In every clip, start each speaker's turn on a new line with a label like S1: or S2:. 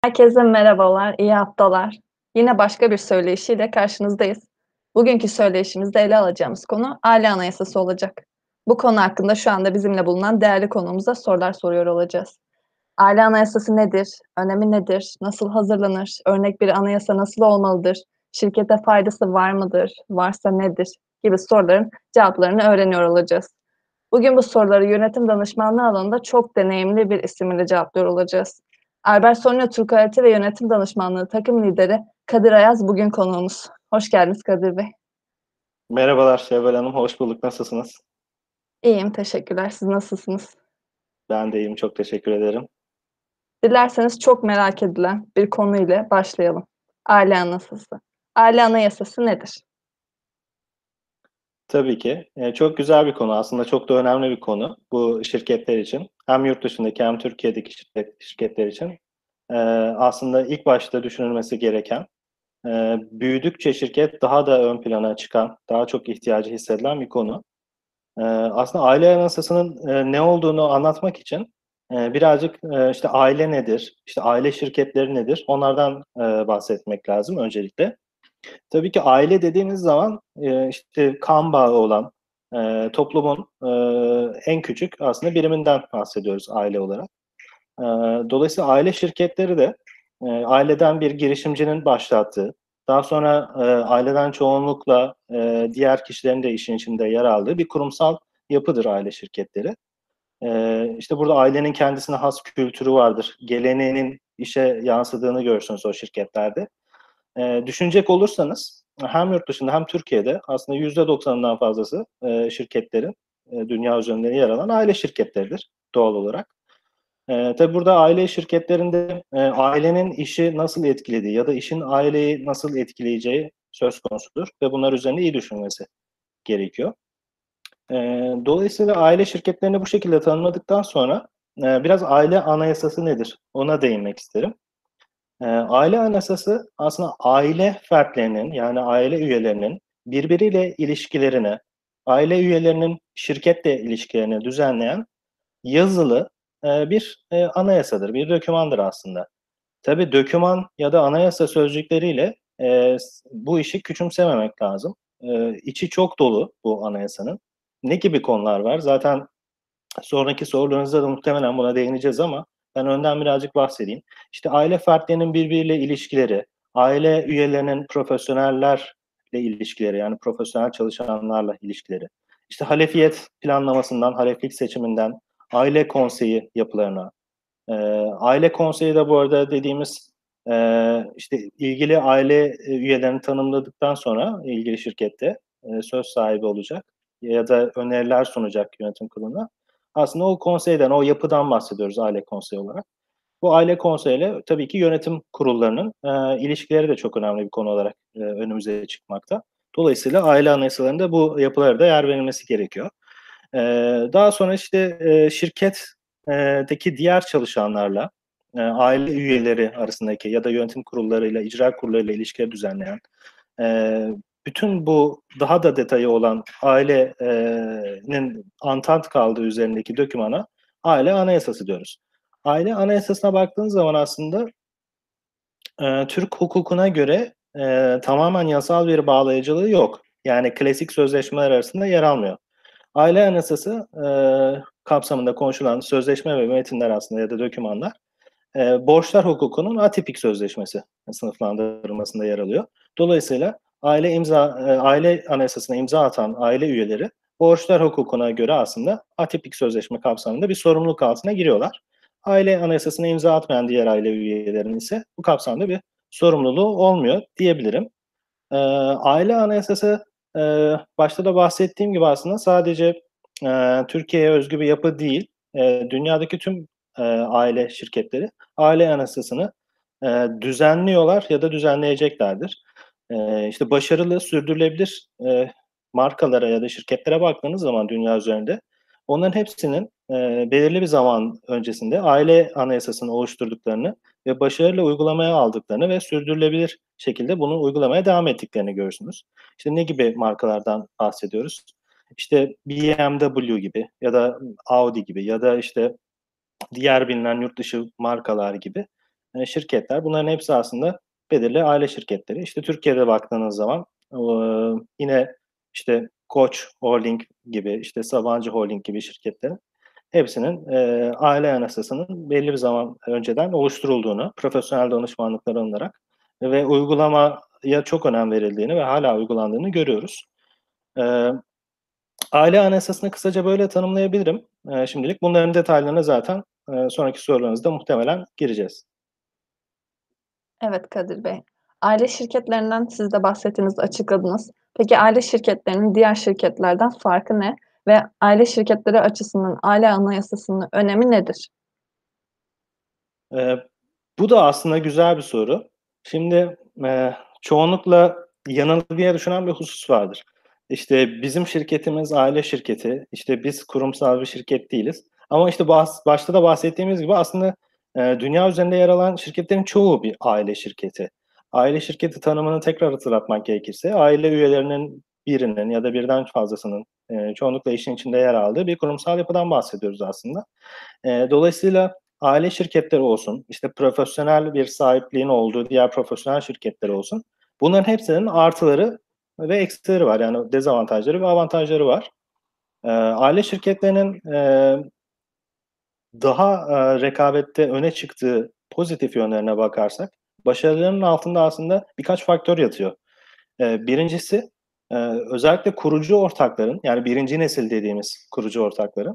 S1: Herkese merhabalar, iyi haftalar. Yine başka bir söyleşiyle karşınızdayız. Bugünkü söyleşimizde ele alacağımız konu aile anayasası olacak. Bu konu hakkında şu anda bizimle bulunan değerli konuğumuza sorular soruyor olacağız. Aile anayasası nedir? Önemi nedir? Nasıl hazırlanır? Örnek bir anayasa nasıl olmalıdır? Şirkete faydası var mıdır? Varsa nedir? Gibi soruların cevaplarını öğreniyor olacağız. Bugün bu soruları yönetim danışmanlığı alanında çok deneyimli bir isim ile cevaplıyor olacağız. Albert Sonyo Türk Öğreti ve Yönetim Danışmanlığı takım lideri Kadir Ayaz bugün konuğumuz. Hoş geldiniz Kadir Bey.
S2: Merhabalar Şevval Hanım, hoş bulduk. Nasılsınız?
S1: İyiyim, teşekkürler. Siz nasılsınız?
S2: Ben de iyiyim, çok teşekkür ederim.
S1: Dilerseniz çok merak edilen bir konu ile başlayalım. Aile anayasası. Aile anayasası nedir?
S2: Tabii ki. Çok güzel bir konu. Aslında çok da önemli bir konu bu şirketler için. Hem yurt dışındaki hem Türkiye'deki şirketler için. Ee, Aslında ilk başta düşünülmesi gereken, büyüdükçe şirket daha da ön plana çıkan, daha çok ihtiyacı hissedilen bir konu. Aslında aile anayasasının ne olduğunu anlatmak için birazcık işte aile nedir, işte aile şirketleri nedir, onlardan bahsetmek lazım öncelikle. Tabii ki aile dediğimiz zaman işte kan bağı olan toplumun en küçük aslında biriminden bahsediyoruz aile olarak. E, Dolayısıyla aile şirketleri de aileden bir girişimcinin başlattığı, daha sonra aileden çoğunlukla diğer kişilerin de işin içinde yer aldığı bir kurumsal yapıdır aile şirketleri. İşte burada ailenin kendisine has kültürü vardır. Geleneğinin işe yansıdığını görürsünüz o şirketlerde. Düşünecek olursanız hem yurt dışında hem Türkiye'de aslında %90'ından fazlası şirketlerin dünya üzerinde yer alan aile şirketleridir doğal olarak. Tabii burada aile şirketlerinde ailenin işi nasıl etkilediği ya da işin aileyi nasıl etkileyeceği söz konusudur ve bunlar üzerinde iyi düşünmesi gerekiyor. E, Dolayısıyla aile şirketlerini bu şekilde tanımladıktan sonra biraz aile anayasası nedir ona değinmek isterim. Aile anayasası aslında aile fertlerinin yani aile üyelerinin birbiriyle ilişkilerini, aile üyelerinin şirketle ilişkilerini düzenleyen yazılı bir anayasadır, bir dokümandır aslında. Tabii doküman ya da anayasa sözcükleriyle bu işi küçümsememek lazım. İçi çok dolu bu anayasanın. Ne gibi konular var? Zaten sonraki sorularınızda da muhtemelen buna değineceğiz ama ben önden birazcık bahsedeyim. İşte aile fertlerinin birbiriyle ilişkileri, aile üyelerinin profesyonellerle ilişkileri yani profesyonel çalışanlarla ilişkileri, işte halefiyet planlamasından, haleflik seçiminden, aile konseyi yapılarına, e, aile konseyi de bu arada dediğimiz işte ilgili aile üyelerini tanımladıktan sonra ilgili şirkette söz sahibi olacak ya da öneriler sunacak yönetim kuruluna. Aslında o konseyden, o yapıdan bahsediyoruz aile konseyi olarak. Bu aile konseyiyle tabii ki yönetim kurullarının ilişkileri de çok önemli bir konu olarak önümüze çıkmakta. Dolayısıyla aile anayasalarında bu yapılara da yer verilmesi gerekiyor. E, Daha sonra işte şirketteki diğer çalışanlarla, aile üyeleri arasındaki ya da yönetim kurullarıyla, icra kurullarıyla ilişkileri düzenleyen, e, bütün bu daha da detayı olan ailenin antant kaldığı üzerindeki dokümana aile anayasası diyoruz. Aile anayasasına baktığınız zaman aslında Türk hukukuna göre tamamen yasal bir bağlayıcılığı yok. Yani klasik sözleşmeler arasında yer almıyor. Aile anayasası kapsamında konuşulan sözleşme ve metinler aslında ya da dokümanlar borçlar hukukunun atipik sözleşmesi sınıflandırılmasında yer alıyor. Dolayısıyla aile anayasasına imza atan aile üyeleri borçlar hukukuna göre aslında atipik sözleşme kapsamında bir sorumluluk altına giriyorlar. Aile anayasasına imza atmayan diğer aile üyelerinin ise bu kapsamda bir sorumluluğu olmuyor diyebilirim. Aile anayasası başta da bahsettiğim gibi aslında sadece Türkiye'ye özgü bir yapı değil. Dünyadaki tüm aile şirketleri aile anayasasını düzenliyorlar ya da düzenleyeceklerdir. İşte başarılı, sürdürülebilir markalara ya da şirketlere baktığınız zaman dünya üzerinde onların hepsinin belirli bir zaman öncesinde aile anayasasını oluşturduklarını ve başarıyla uygulamaya aldıklarını ve sürdürülebilir şekilde bunu uygulamaya devam ettiklerini görürsünüz. İşte ne gibi markalardan bahsediyoruz? İşte BMW gibi ya da Audi gibi ya da işte diğer bilinen yurt dışı markalar gibi şirketler. Bunların hepsi aslında belirli aile şirketleri. İşte Türkiye'de baktığınız zaman yine işte Koç Holding gibi, işte Sabancı Holding gibi şirketlerin hepsinin aile anayasasının belli bir zaman önceden oluşturulduğunu, profesyonel danışmanlıklar alınarak ve uygulamaya çok önem verildiğini ve hala uygulandığını görüyoruz. Eee, Aile anayasasını kısaca böyle tanımlayabilirim şimdilik. Bunların detaylarına zaten sonraki sorularınızda muhtemelen gireceğiz.
S1: Evet Kadir Bey. Aile şirketlerinden siz de bahsettiniz, açıkladınız. Peki aile şirketlerinin diğer şirketlerden farkı ne? Ve aile şirketleri açısından aile anayasasının önemi nedir?
S2: Eee, Bu da aslında güzel bir soru. Şimdi, çoğunlukla yanılgıya düşünen bir husus vardır. İşte, bizim şirketimiz aile şirketi, işte, biz kurumsal bir şirket değiliz. Ama, işte, başta da bahsettiğimiz gibi aslında, dünya üzerinde yer alan şirketlerin çoğu bir aile şirketi. Aile şirketi tanımını tekrar hatırlatmak gerekirse, aile üyelerinin birinin ya da birden fazlasının, çoğunlukla işin içinde yer aldığı bir kurumsal yapıdan bahsediyoruz aslında. Dolayısıyla aile şirketleri olsun, işte profesyonel bir sahipliğin olduğu diğer profesyonel şirketler olsun, bunların hepsinin artıları ve eksileri var. Yani dezavantajları ve avantajları var. Aile şirketlerinin daha rekabette öne çıktığı pozitif yönlerine bakarsak, başarılarının altında aslında birkaç faktör yatıyor. 1'incisi, özellikle kurucu ortakların, yani birinci nesil dediğimiz kurucu ortakların,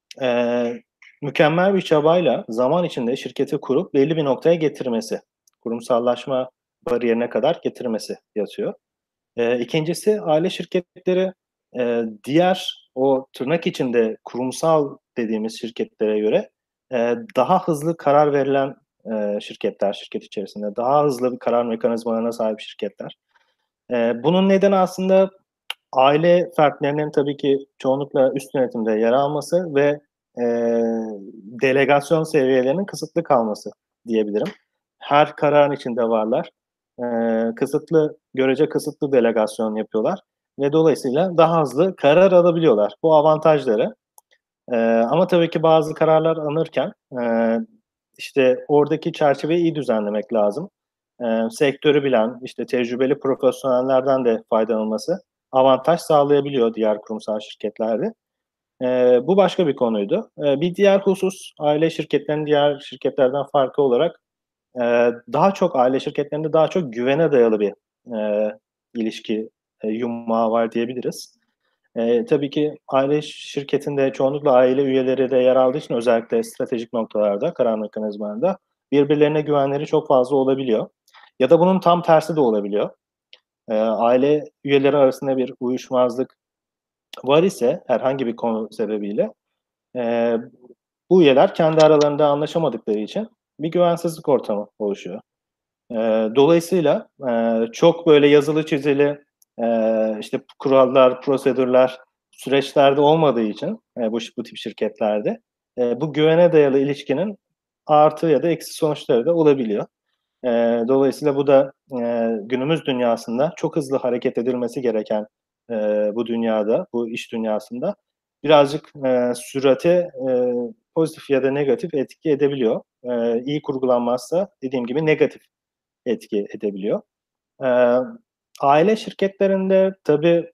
S2: mükemmel bir çabayla zaman içinde şirketi kurup belli bir noktaya getirmesi, kurumsallaşma bariyerine kadar getirmesi yatıyor. 2'ncisi aile şirketleri, diğer o tırnak içinde kurumsal dediğimiz şirketlere göre, daha hızlı karar verilen, şirketler, şirket içerisinde. Daha hızlı bir karar mekanizmalarına sahip şirketler. Bunun nedeni aslında aile fertlerinin tabii ki çoğunlukla üst yönetimde yer alması ve, delegasyon seviyelerinin kısıtlı kalması diyebilirim. Her kararın içinde varlar. Görece kısıtlı delegasyon yapıyorlar ve dolayısıyla daha hızlı karar alabiliyorlar. Bu avantajları. Ama tabii ki bazı kararlar alınırken, işte, oradaki çerçeveyi iyi düzenlemek lazım. Sektörü bilen, işte, tecrübeli profesyonellerden de faydalanılması avantaj sağlayabiliyor diğer kurumsal şirketlerde. Bu başka bir konuydu. Bir diğer husus, aile şirketlerinin diğer şirketlerden farkı olarak, daha çok aile şirketlerinde daha çok güvene dayalı bir, ilişki, yumağı var diyebiliriz. Tabii ki aile şirketinde çoğunlukla aile üyeleri de yer aldığı için özellikle stratejik noktalarda, karar mekanizmalarında birbirlerine güvenleri çok fazla olabiliyor. Ya da bunun tam tersi de olabiliyor. Aile üyeleri arasında bir uyuşmazlık var ise herhangi bir konu sebebiyle, eee, bu üyeler kendi aralarında anlaşamadıkları için bir güvensizlik ortamı oluşuyor. Dolayısıyla, çok böyle yazılı çizili, işte, kurallar, prosedürler, süreçlerde olmadığı için, bu tip şirketlerde, bu güvene dayalı ilişkinin artı ya da eksi sonuçları da olabiliyor. Dolayısıyla bu da, günümüz dünyasında çok hızlı hareket edilmesi gereken, bu dünyada, bu iş dünyasında birazcık, sürate, pozitif ya da negatif etki edebiliyor. İyi kurgulanmazsa dediğim gibi negatif etki edebiliyor. Eee, Aile şirketlerinde tabii,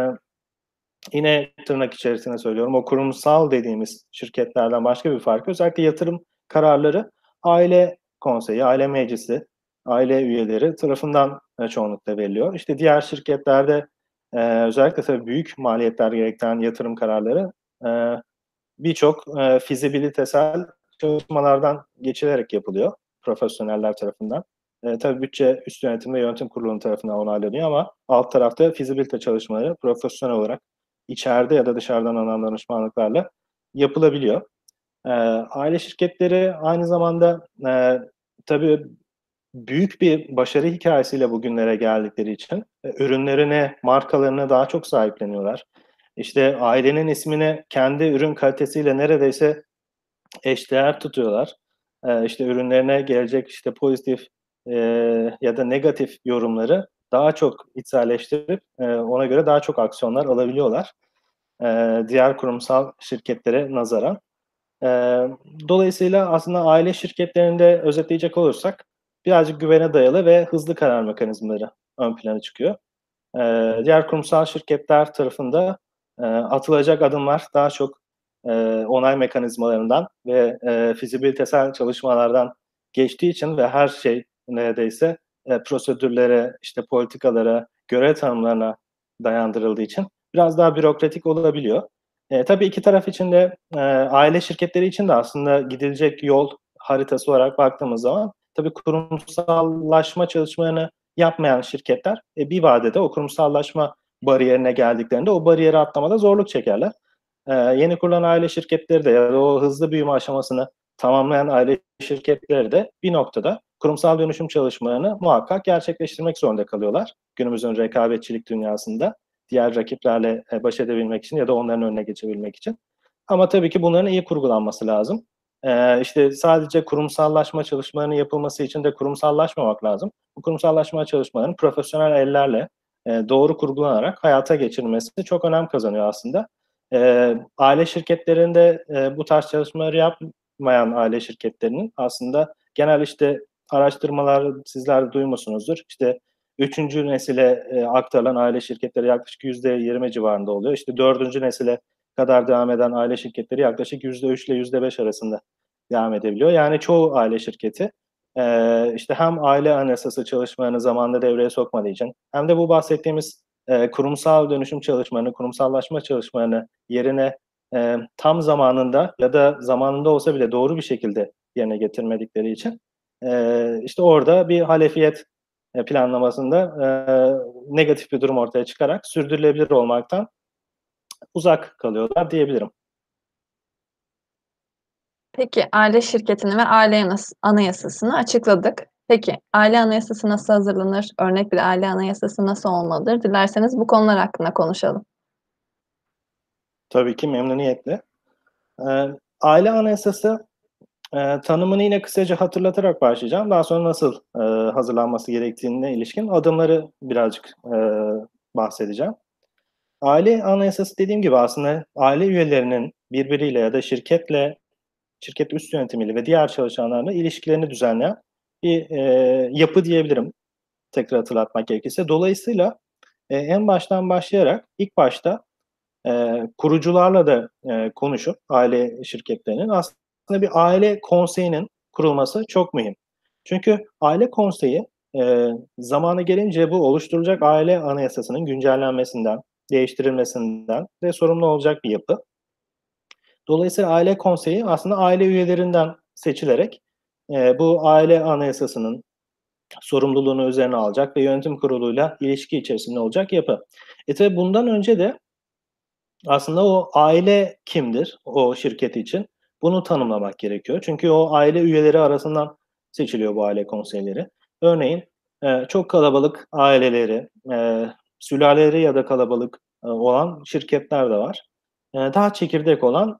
S2: yine tırnak içerisinde söylüyorum, o kurumsal dediğimiz şirketlerden başka bir farkı özellikle yatırım kararları aile konseyi, aile meclisi, aile üyeleri tarafından, çoğunlukla veriliyor. İşte diğer şirketlerde, özellikle tabii büyük maliyetler gerektiren yatırım kararları, birçok, fizibilitesel çalışmalardan geçilerek yapılıyor profesyoneller tarafından. Tabii bütçe üst yönetim ve yönetim kurulu tarafından onaylanıyor ama alt tarafta fizibilite çalışmaları profesyonel olarak içeride ya da dışarıdan alınan danışmanlıklarla yapılabiliyor. Aile şirketleri aynı zamanda, tabii büyük bir başarı hikâyesiyle bugünlere geldikleri için, ürünlerine, markalarına daha çok sahipleniyorlar. İşte, ailenin ismini kendi ürün kalitesiyle neredeyse eşdeğer tutuyorlar. İşte, ürünlerine gelecek, işte, pozitif, ya da negatif yorumları daha çok içselleştirip, ona göre daha çok aksiyonlar alabiliyorlar, diğer kurumsal şirketlere nazaran. Dolayısıyla aslında aile şirketlerinde özetleyecek olursak birazcık güvene dayalı ve hızlı karar mekanizmaları ön plana çıkıyor. Diğer kurumsal şirketler tarafında atılacak adımlar daha çok onay mekanizmalarından ve fizibilitesel çalışmalardan geçtiği için ve her şey neredeyse prosedürlere, işte politikalara, görev tanımlarına dayandırıldığı için biraz daha bürokratik olabiliyor. Tabii iki taraf için de aile şirketleri için de aslında gidilecek yol haritası olarak baktığımız zaman tabii kurumsallaşma çalışmalarını yapmayan şirketler bir vadede o kurumsallaşma bariyerine geldiklerinde o bariyeri atlamada zorluk çekerler. Yeni kurulan aile şirketleri de ya da o hızlı büyüme aşamasını tamamlayan aile şirketleri de bir noktada kurumsal dönüşüm çalışmalarını muhakkak gerçekleştirmek zorunda kalıyorlar. Günümüzün rekabetçilik dünyasında diğer rakiplerle baş edebilmek için ya da onların önüne geçebilmek için. Ama tabii ki bunların iyi kurgulanması lazım. İşte sadece kurumsallaşma çalışmalarının yapılması için de kurumsallaşmamak lazım. Bu kurumsallaşma çalışmalarının profesyonel ellerle doğru kurgulanarak hayata geçirilmesi çok önem kazanıyor aslında. Aile şirketlerinde bu tarz çalışmaları yapmayan aile şirketlerinin aslında genel işte araştırmalar sizler de duymuşsunuzdur. İşte üçüncü nesile aktarılan aile şirketleri yaklaşık %20 civarında oluyor. İşte dördüncü nesile kadar devam eden aile şirketleri yaklaşık %3 ile %5 arasında devam edebiliyor. Yani çoğu aile şirketi işte hem aile anayasası çalışmalarını zamanında devreye sokmadığı için hem de bu bahsettiğimiz kurumsal dönüşüm çalışmalarını, kurumsallaşma çalışmalarını yerine tam zamanında ya da zamanında olsa bile doğru bir şekilde yerine getirmedikleri için işte orada bir halefiyet planlamasında negatif bir durum ortaya çıkarak sürdürülebilir olmaktan uzak kalıyorlar diyebilirim.
S1: Peki, aile şirketini ve aile anayasasını açıkladık. Peki, aile anayasası nasıl hazırlanır? Örnek bir aile anayasası nasıl olmalıdır? Dilerseniz bu konular hakkında konuşalım.
S2: Tabii ki memnuniyetle. Aile anayasası tanımını yine kısaca hatırlatarak başlayacağım. Daha sonra nasıl hazırlanması gerektiğine ilişkin adımları birazcık bahsedeceğim. Aile anayasası dediğim gibi aslında aile üyelerinin birbiriyle ya da şirket üst yönetimiyle ve diğer çalışanlarla ilişkilerini düzenleyen bir yapı diyebilirim tekrar hatırlatmak gerekirse. Dolayısıyla en baştan başlayarak ilk başta kurucularla da konuşup aile şirketlerinin aslında bir aile konseyinin kurulması çok mühim. Çünkü aile konseyi zamanı gelince bu oluşturulacak aile anayasasının güncellenmesinden, değiştirilmesinden de sorumlu olacak bir yapı. Dolayısıyla aile konseyi aslında aile üyelerinden seçilerek bu aile anayasasının sorumluluğunu üzerine alacak ve yönetim kuruluyla ilişki içerisinde olacak yapı. Tabii bundan önce de aslında o aile kimdir o şirket için? Bunu tanımlamak gerekiyor. Çünkü o aile üyeleri arasından seçiliyor bu aile konseyleri. Örneğin çok kalabalık aileleri, sülaleleri ya da kalabalık olan şirketler de var. Daha çekirdek olan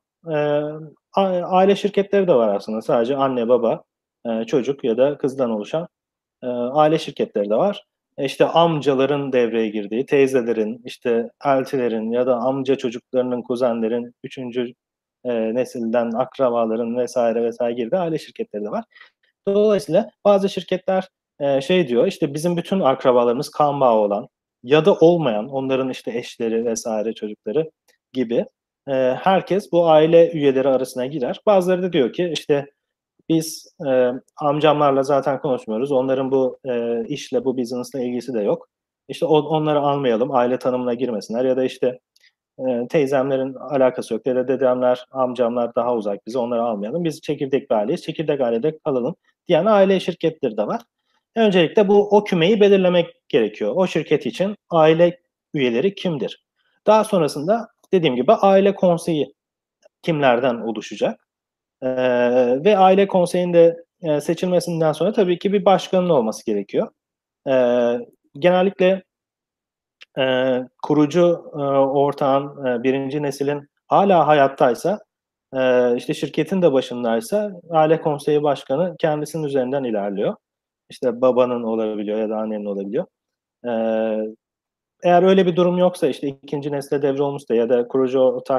S2: aile şirketleri de var aslında. Sadece anne, baba, çocuk ya da kızdan oluşan aile şirketleri de var. İşte amcaların devreye girdiği, teyzelerin, işte eltilerin ya da amca çocuklarının, kuzenlerin, üçüncü nesilden akrabaların vesaire vesaire girdiği aile şirketleri de var. Dolayısıyla bazı şirketler şey diyor, işte bizim bütün akrabalarımız kan bağı olan ya da olmayan, onların işte eşleri vesaire çocukları gibi herkes bu aile üyeleri arasına girer. Bazıları da diyor ki işte biz amcamlarla zaten konuşmuyoruz. Onların bu işle, bu business'la ilgisi de yok. İşte onları almayalım, aile tanımına girmesinler ya da işte teyzemlerin alakası yok ya da dedemler, amcamlar daha uzak bize onları almayalım. Biz çekirdek bir aileyiz, çekirdek ailede kalalım diyen aile şirketleri de var. Öncelikle o kümeyi belirlemek gerekiyor. O şirket için aile üyeleri kimdir? Daha sonrasında dediğim gibi aile konseyi kimlerden oluşacak? Ve aile konseyinde seçilmesinden sonra tabii ki bir başkanın olması gerekiyor. Eee, Genellikle kurucu ortağın, 1. nesilin hala hayattaysa, işte şirketin de başındaysa aile konseyi başkanı kendisinin üzerinden ilerliyor. İşte babanın olabiliyor ya da annenin olabiliyor. Eee, Eğer öyle bir durum yoksa işte ikinci nesle devrolmuşsa ya da kurucu ortak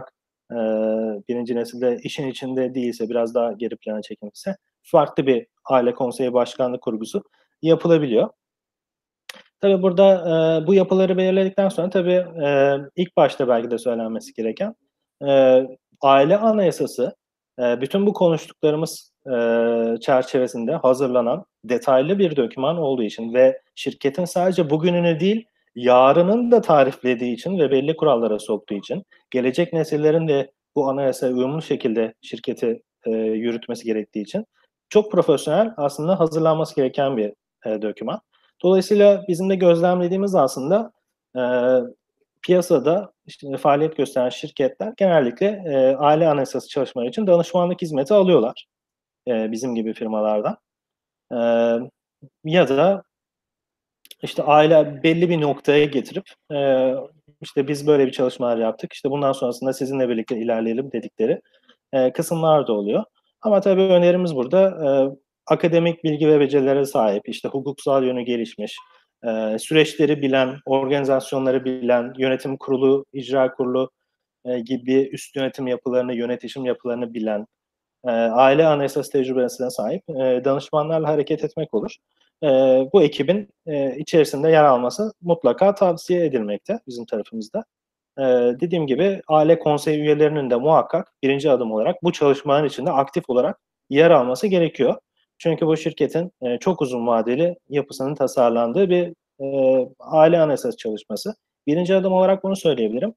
S2: birinci nesilde işin içinde değilse, biraz daha geri plana çekilmişse farklı bir aile konseyi başkanlık kurgusu yapılabiliyor. Tabii burada, bu yapıları belirledikten sonra tabii, ilk başta belki de söylenmesi gereken, aile anayasası, bütün bu konuştuklarımız, çerçevesinde hazırlanan detaylı bir doküman olduğu için ve şirketin sadece bugününü değil, yarının da tariflediği için ve belli kurallara soktuğu için, gelecek nesillerin de bu anayasaya uyumlu şekilde şirketi, yürütmesi gerektiği için çok profesyonel, aslında hazırlanması gereken bir, doküman. Dolayısıyla bizim de gözlemlediğimiz aslında, eee, piyasada, işte, faaliyet gösteren şirketler genellikle, aile anayasası çalışmaları için danışmanlık hizmeti alıyorlar, bizim gibi firmalardan. Eee, Ya da, işte, aile belli bir noktaya getirip, işte, "Biz böyle bir çalışmalar yaptık, işte, bundan sonrasında sizinle birlikte ilerleyelim." dedikleri, kısımlar da oluyor. Ama tabii önerimiz burada, akademik bilgi ve becerilere sahip, işte, hukuksal yönü gelişmiş, süreçleri bilen, organizasyonları bilen, yönetim kurulu, icra kurulu, gibi üst yönetim yapılarını, yönetişim yapılarını bilen, aile anayasası tecrübesine sahip, danışmanlarla hareket etmek olur. Bu ekibin, içerisinde yer alması mutlaka tavsiye edilmekte bizim tarafımızda. Dediğim gibi aile konseyi üyelerinin de muhakkak birinci adım olarak bu çalışmaların içinde aktif olarak yer alması gerekiyor. Çünkü bu şirketin, çok uzun vadeli yapısının tasarlandığı bir, aile anayasası çalışması. Birinci adım olarak bunu söyleyebilirim.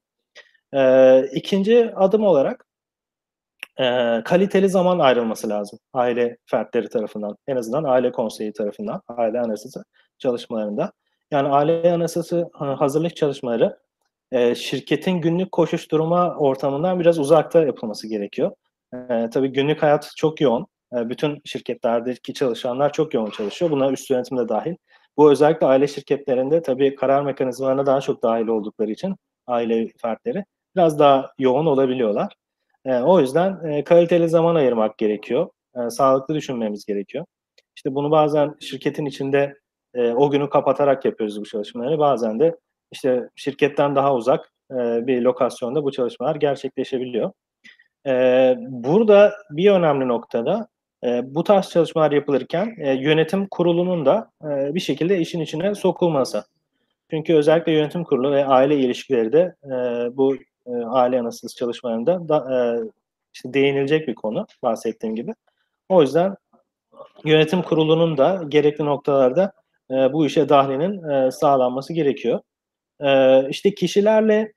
S2: 2'nci adım olarak, kaliteli zaman ayrılması lazım aile fertleri tarafından. En azından aile konseyi tarafından, aile anayasası çalışmalarında. Yani aile anayasası hazırlık çalışmaları, şirketin günlük koşuşturma ortamından biraz uzakta yapılması gerekiyor. Tabii günlük hayat çok yoğun. Bütün şirketlerdeki çalışanlar çok yoğun çalışıyor. Buna üst yönetim de dâhil. Bu özellikle aile şirketlerinde tabii karar mekanizmalarına daha çok dâhil oldukları için aile fertleri biraz daha yoğun olabiliyorlar. O yüzden, kaliteli zaman ayırmak gerekiyor. Sağlıklı düşünmemiz gerekiyor. İşte, bunu bazen şirketin içinde, o günü kapatarak yapıyoruz bu çalışmaları. Bazen de, işte, şirketten daha uzak, bir lokasyonda bu çalışmalar gerçekleşebiliyor. Burada bir önemli noktada, bu tarz çalışmalar yapılırken, yönetim kurulunun da, bir şekilde işin içine sokulması. Çünkü özellikle yönetim kurulu ve aile ilişkileri de, bu, aile anayasası çalışmalarında da, işte, değinilecek bir konu bahsettiğim gibi. O yüzden yönetim kurulunun da gerekli noktalarda, bu işe dahlinin, sağlanması gerekiyor. İşte, kişilerle,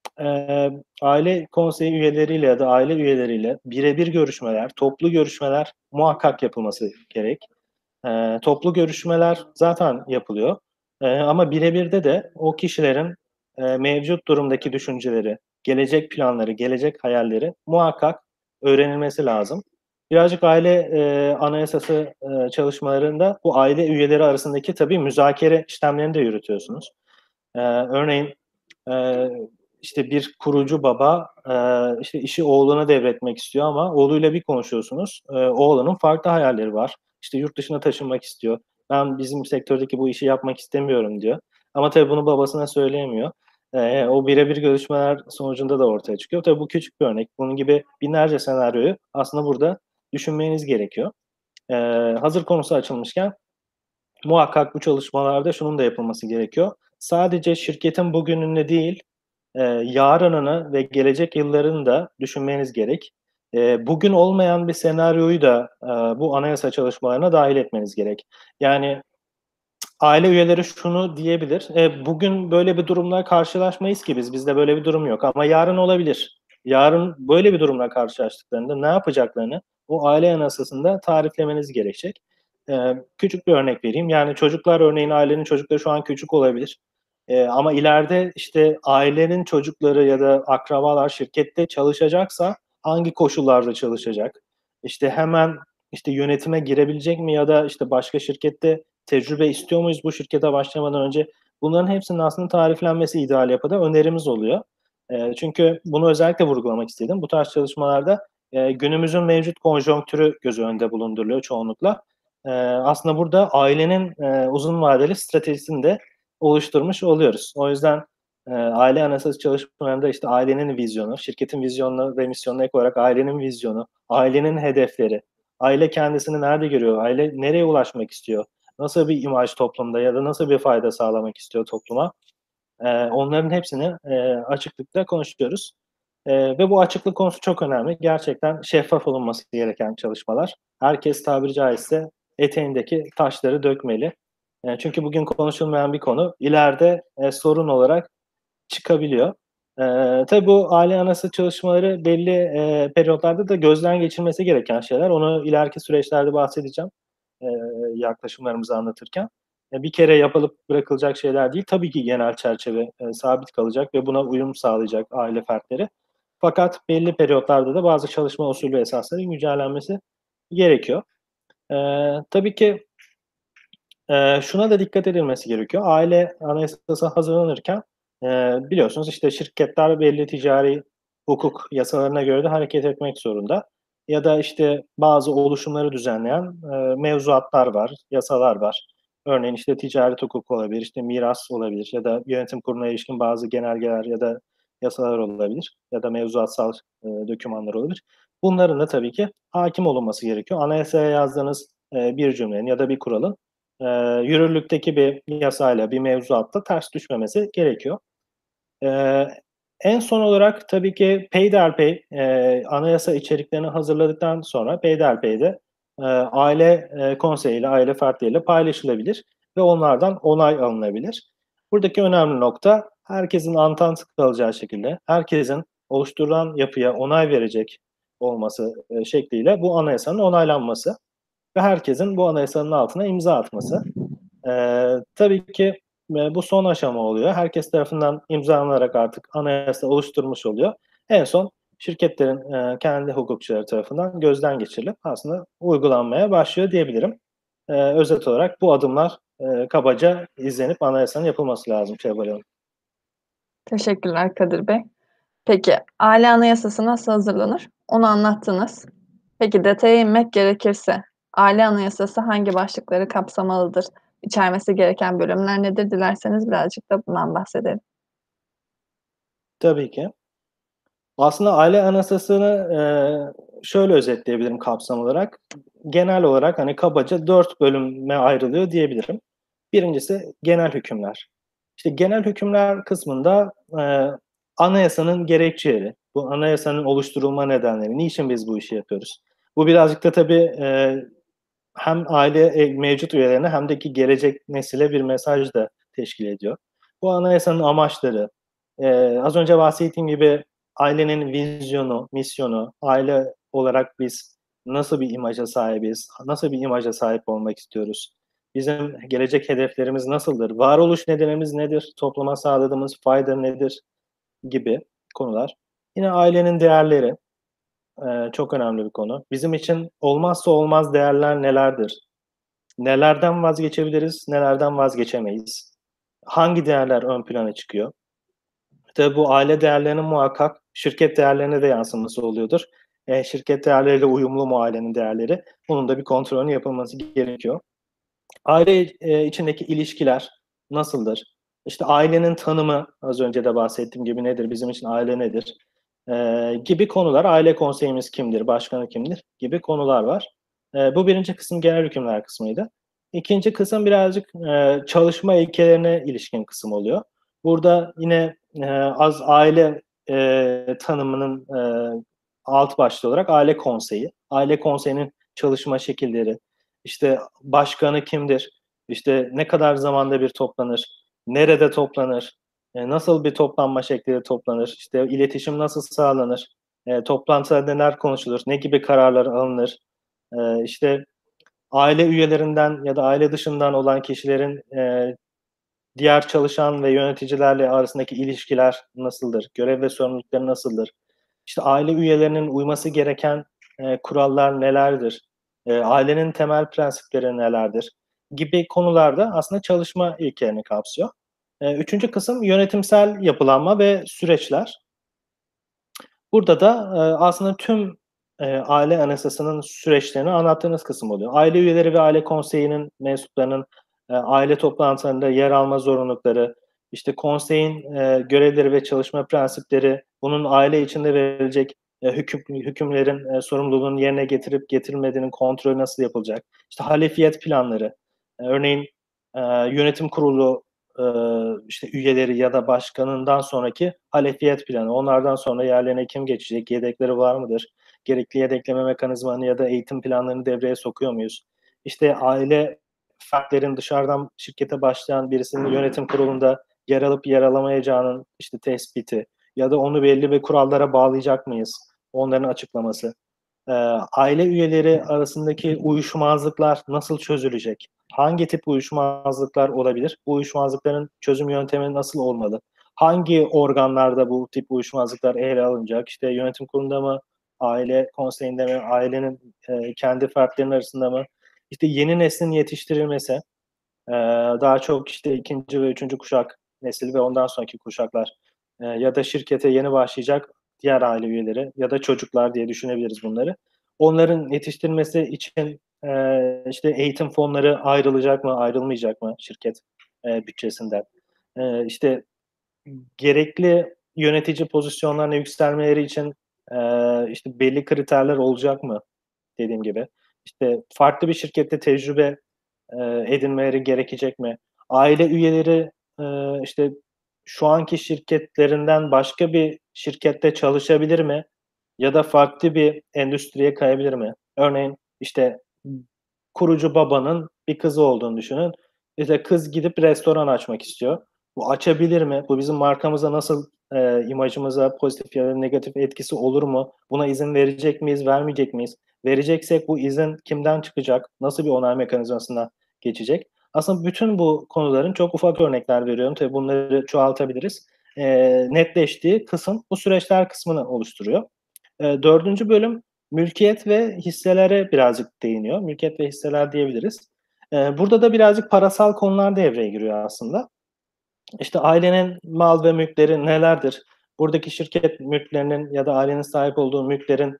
S2: aile konseyi üyeleriyle ya da aile üyeleriyle birebir görüşmeler, toplu görüşmeler muhakkak yapılması gerek. Toplu görüşmeler zaten yapılıyor, ama birebirde de o kişilerin, mevcut durumdaki düşünceleri, gelecek planları, gelecek hayalleri muhakkak öğrenilmesi lazım. Birazcık aile, anayasası, çalışmalarında bu aile üyeleri arasındaki tabii müzakere işlemlerini de yürütüyorsunuz. Örneğin, eee, işte, bir kurucu baba, işte, işi oğluna devretmek istiyor ama oğluyla bir konuşuyorsunuz. Oğlunun farklı hayalleri var. İşte, yurt dışına taşınmak istiyor. "Ben bizim sektördeki bu işi yapmak istemiyorum." diyor. Ama tabii bunu babasına söyleyemiyor. O birebir görüşmeler sonucunda da ortaya çıkıyor. Tabii bu küçük bir örnek. Bunun gibi binlerce senaryoyu aslında burada düşünmeniz gerekiyor. Hazır konusu açılmışken muhakkak bu çalışmalarda şunun da yapılması gerekiyor. Sadece şirketin bugününü değil, yarınını ve gelecek yıllarını da düşünmeniz gerek. Bugün olmayan bir senaryoyu da, bu anayasa çalışmalarına dâhil etmeniz gerek. Yani aile üyeleri şunu diyebilir: "Bugün böyle bir durumla karşılaşmayız ki biz, bizde böyle bir durum yok ama yarın olabilir." Yarın böyle bir durumla karşılaştıklarında ne yapacaklarını o aile anayasasında tariflemeniz gerekecek. Küçük bir örnek vereyim. Yani çocuklar örneğin ailenin çocukları şu an küçük olabilir, ama ileride, işte, ailenin çocukları ya da akrabalar şirkette çalışacaksa hangi koşullarda çalışacak? İşte, hemen, işte, yönetime girebilecek mi ya da, işte, başka şirkette tecrübe istiyor muyuz bu şirkete başlamadan önce? Bunların hepsinin aslında tariflenmesi ideal yapıda önerimiz oluyor. Çünkü bunu özellikle vurgulamak istedim. Bu tarz çalışmalarda, günümüzün mevcut konjonktürü göz önünde bulunduruluyor çoğunlukla. Aslında burada ailenin, uzun vadeli stratejisini de oluşturmuş oluyoruz. O yüzden, Aile anayasası çalışmalarında işte ailenin vizyonu, şirketin vizyonuna ve misyonuna ek olarak ailenin vizyonu, ailenin hedefleri, aile kendisini nerede görüyor, aile nereye ulaşmak istiyor, nasıl bir imaj toplumda ya da nasıl bir fayda sağlamak istiyor topluma, onların hepsini açıklıkla konuşuyoruz. Ve bu açıklık konusu çok önemli. Gerçekten şeffaf olunması gereken çalışmalar. Herkes tabiri caizse eteğindeki taşları dökmeli. Çünkü bugün konuşulmayan bir konu ileride sorun olarak çıkabiliyor. Tabii bu aile anayasa çalışmaları belli periyotlarda da gözden geçirilmesi gereken şeyler. Onu ileriki süreçlerde bahsedeceğim yaklaşımlarımızı anlatırken. Bir kere yapılıp bırakılacak şeyler değil. Tabii ki genel çerçeve sabit kalacak ve buna uyum sağlayacak aile fertleri. Fakat belli periyotlarda da bazı çalışma usulü ve esasların güncellenmesi gerekiyor. Tabii ki şuna da dikkat edilmesi gerekiyor. Aile anayasası hazırlanırken biliyorsunuz işte şirketler belli ticari hukuk yasalarına göre de hareket etmek zorunda. Ya da işte bazı oluşumları düzenleyen mevzuatlar var, yasalar var. Örneğin işte ticaret hukuku olabilir, işte miras olabilir ya da yönetim kuruluna ilişkin bazı genelgeler ya da yasalar olabilir ya da mevzuatsal dokümanlar olabilir. Bunların da tabii ki hakim olunması gerekiyor. Anayasaya yazdığınız bir cümlenin ya da bir kuralın yürürlükteki bir yasayla, bir mevzuatla ters düşmemesi gerekiyor. Eee, En son olarak tabii ki peyderpey anayasa içeriklerini hazırladıktan sonra peyderpey de aile konseyiyle, aile fertleriyle paylaşılabilir ve onlardan onay alınabilir. Buradaki önemli nokta herkesin antant kalacağı şekilde, herkesin oluşturulan yapıya onay verecek olması şekliyle bu anayasanın onaylanması ve herkesin bu anayasanın altına imza atması. Tabii ki bu son aşama oluyor. Herkes tarafından imzalanarak artık anayasa oluşturmuş oluyor. En son şirketlerin kendi hukukçuları tarafından gözden geçirilip aslında uygulanmaya başlıyor diyebilirim. Özet olarak bu adımlar kabaca izlenip anayasanın yapılması lazım Şevval Hanım.
S1: Teşekkürler Kadir Bey. Peki, aile anayasası nasıl hazırlanır? Onu anlattınız. Peki, detaya inmek gerekirse aile anayasası hangi başlıkları kapsamalıdır? İçermesi gereken bölümler nedir? Dilerseniz birazcık da bundan bahsedelim.
S2: Tabii ki. Aslında aile anayasasını şöyle özetleyebilirim kapsam olarak. Genel olarak hani kabaca 4 bölüme ayrılıyor diyebilirim. Birincisi genel hükümler. İşte genel hükümler kısmında anayasanın gerekçeleri, bu anayasanın oluşturulma nedenleri, niçin biz bu işi yapıyoruz? Bu birazcık da tabii hem aile mevcut üyelerine hem de ki gelecek nesile bir mesaj da teşkil ediyor. Bu anayasanın amaçları, az önce bahsettiğim gibi ailenin vizyonu, misyonu, aile olarak biz nasıl bir imaja sahibiz, nasıl bir imaja sahip olmak istiyoruz, bizim gelecek hedeflerimiz nasıldır, varoluş nedenimiz nedir, topluma sağladığımız fayda nedir gibi konular. Yine ailenin değerleri, çok önemli bir konu. Bizim için olmazsa olmaz değerler nelerdir? Nelerden vazgeçebiliriz, nelerden vazgeçemeyiz? Hangi değerler ön plana çıkıyor? Tabii bu aile değerlerinin muhakkak şirket değerlerine de yansıması oluyordur. Şirket değerleriyle uyumlu mu ailenin değerleri? Bunun da bir kontrolünün yapılması gerekiyor. Aile içindeki ilişkiler nasıldır? İşte ailenin tanımı, az önce de bahsettiğim gibi nedir? Bizim için aile nedir? Gibi konular, aile konseyimiz kimdir, başkanı kimdir gibi konular var. Bu birinci kısım genel hükümler kısmıydı. İkinci kısım birazcık çalışma ilkelerine ilişkin kısım oluyor. Burada yine az aile tanımının alt başlığı olarak aile konseyi, aile konseyinin çalışma şekilleri, işte başkanı kimdir, işte ne kadar zamanda bir toplanır, nerede toplanır, nasıl bir toplanma şekliyle toplanır, işte iletişim nasıl sağlanır, toplantıda neler konuşulur, ne gibi kararlar alınır, işte aile üyelerinden ya da aile dışından olan kişilerin diğer çalışan ve yöneticilerle arasındaki ilişkiler nasıldır, görev ve sorumlulukları nasıldır, işte aile üyelerinin uyması gereken kurallar nelerdir, ailenin temel prensipleri nelerdir gibi konularda aslında çalışma ilkelerini kapsıyor. Üçüncü kısım yönetimsel yapılanma ve süreçler. Burada da aslında tüm aile anayasasının süreçlerini anlattığınız kısım oluyor. Aile üyeleri ve aile konseyinin mensuplarının aile toplantılarında yer alma zorunlulukları, İşte konseyin görevleri ve çalışma prensipleri, bunun aile içinde verilecek hükümlerin sorumluluğunu yerine getirip getirilmediğinin kontrolü nasıl yapılacak? İşte halefiyet planları, örneğin yönetim kurulu işte üyeleri ya da başkanından sonraki halefiyet planı. Onlardan sonra yerlerine kim geçecek? Yedekleri var mıdır? Gerekli yedekleme mekanizmalarını ya da eğitim planlarını devreye sokuyor muyuz? İşte aile fertlerin dışarıdan şirkete başlayan birisinin yönetim kurulunda yer alıp yer alamayacağının işte tespiti ya da onu belli bir kurallara bağlayacak mıyız? Onların açıklaması. Ee, Aile üyeleri arasındaki uyuşmazlıklar nasıl çözülecek? Hangi tip uyuşmazlıklar olabilir? Bu uyuşmazlıkların çözüm yöntemi nasıl olmalı? Hangi organlarda bu tip uyuşmazlıklar ele alınacak? İşte yönetim kurulunda mı, aile konseyinde mi, ailenin kendi fertlerinin arasında mı? İşte yeni neslin yetiştirilmesi, daha çok işte ikinci ve üçüncü kuşak nesil ve ondan sonraki kuşaklar ya da şirkete yeni başlayacak diğer aile üyeleri ya da çocuklar diye düşünebiliriz bunları. Onların yetiştirilmesi için işte eğitim fonları ayrılacak mı, ayrılmayacak mı şirket bütçesinden? İşte gerekli yönetici pozisyonlarına yükselmeleri için işte belli kriterler olacak mı dediğim gibi? İşte farklı bir şirkette tecrübe edinmeleri gerekecek mi? Aile üyeleri işte şu anki şirketlerinden başka bir şirkette çalışabilir mi? Ya da farklı bir endüstriye kayabilir mi? Örneğin işte kurucu babanın bir kızı olduğunu düşünün. İşte kız gidip restoran açmak istiyor. Bu açabilir mi? Bu bizim markamıza nasıl imajımıza pozitif ya da negatif etkisi olur mu? Buna izin verecek miyiz, vermeyecek miyiz? Vereceksek bu izin kimden çıkacak? Nasıl bir onay mekanizmasına geçecek? Aslında bütün bu konuların çok ufak örnekler veriyorum. Tabii bunları çoğaltabiliriz. Netleştiği kısım bu süreçler kısmını oluşturuyor. 4. bölüm mülkiyet ve hisselere birazcık değiniyor. Mülkiyet ve hisseler diyebiliriz. Burada da birazcık parasal konular devreye giriyor aslında. İşte ailenin mal ve mülkleri nelerdir? Buradaki şirket mülklerinin ya da ailenin sahip olduğu mülklerin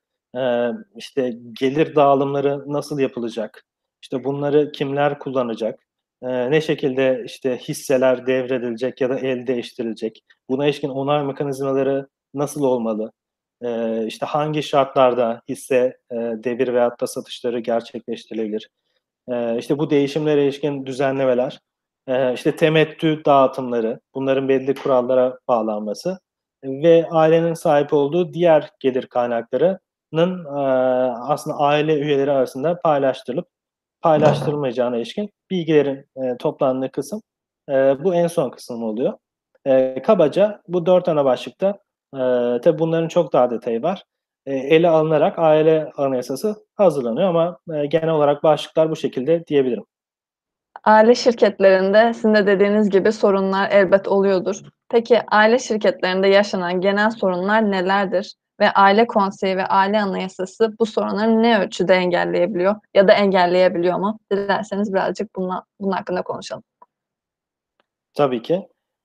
S2: işte gelir dağılımları nasıl yapılacak? İşte bunları kimler kullanacak? Ne şekilde işte hisseler devredilecek ya da el değiştirilecek? Buna ilişkin onay mekanizmaları nasıl olmalı? İşte hangi şartlarda hisse devir veyahut da satışları gerçekleştirilebilir? İşte bu değişimlere ilişkin düzenlemeler, işte temettü dağıtımları, bunların belli kurallara bağlanması ve ailenin sahip olduğu diğer gelir kaynaklarının aslında aile üyeleri arasında paylaştırılıp paylaştırılmayacağına ilişkin bilgilerin toplandığı kısım bu en son kısım oluyor. Kabaca bu 4 ana başlıkta tabii bunların çok daha detayı var. Ele alınarak aile anayasası hazırlanıyor ama genel olarak başlıklar bu şekilde diyebilirim.
S1: Aile şirketlerinde sizin de dediğiniz gibi sorunlar elbet oluyordur. Peki aile şirketlerinde yaşanan genel sorunlar nelerdir? Ve aile konseyi ve aile anayasası bu sorunları ne ölçüde engelleyebiliyor ya da engelleyebiliyor mu? Dilerseniz birazcık bunun hakkında konuşalım.
S2: Tabii ki.